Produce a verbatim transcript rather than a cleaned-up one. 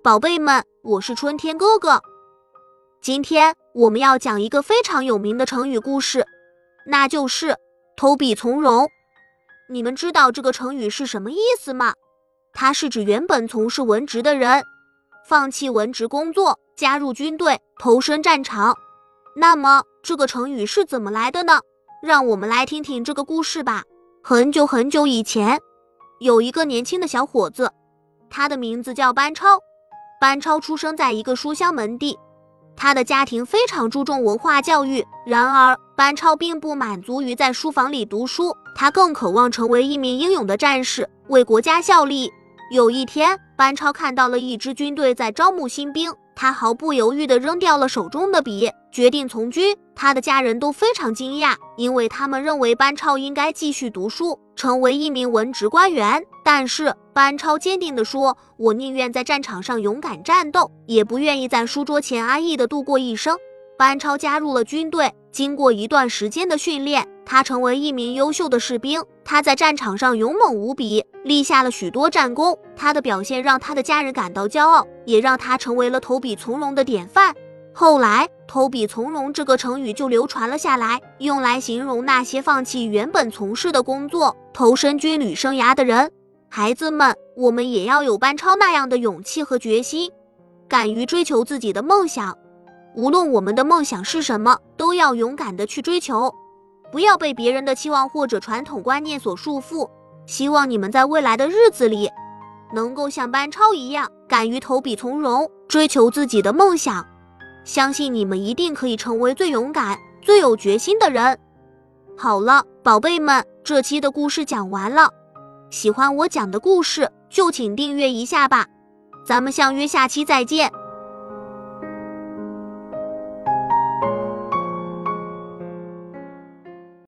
宝贝们，我是春天哥哥。今天我们要讲一个非常有名的成语故事，那就是投笔从戎。你们知道这个成语是什么意思吗？它是指原本从事文职的人，放弃文职工作，加入军队，投身战场。那么这个成语是怎么来的呢？让我们来听听这个故事吧。很久很久以前，有一个年轻的小伙子，他的名字叫班超。班超出生在一个书香门第，他的家庭非常注重文化教育。然而班超并不满足于在书房里读书，他更渴望成为一名英勇的战士，为国家效力。有一天，班超看到了一支军队在招募新兵，他毫不犹豫地扔掉了手中的笔，决定从军。他的家人都非常惊讶，因为他们认为班超应该继续读书，成为一名文职官员。但是班超坚定地说，我宁愿在战场上勇敢战斗，也不愿意在书桌前安逸地度过一生。班超加入了军队，经过一段时间的训练，他成为一名优秀的士兵。他在战场上勇猛无比，立下了许多战功。他的表现让他的家人感到骄傲，也让他成为了投笔从戎的典范。后来，投笔从戎这个成语就流传了下来，用来形容那些放弃原本从事的工作，投身军旅生涯的人。孩子们，我们也要有班超那样的勇气和决心，敢于追求自己的梦想。无论我们的梦想是什么，都要勇敢地去追求，不要被别人的期望或者传统观念所束缚。希望你们在未来的日子里，能够像班超一样，敢于投笔从戎，追求自己的梦想。相信你们一定可以成为最勇敢、最有决心的人。好了，宝贝们，这期的故事讲完了。喜欢我讲的故事，就请订阅一下吧。咱们相约下期再见。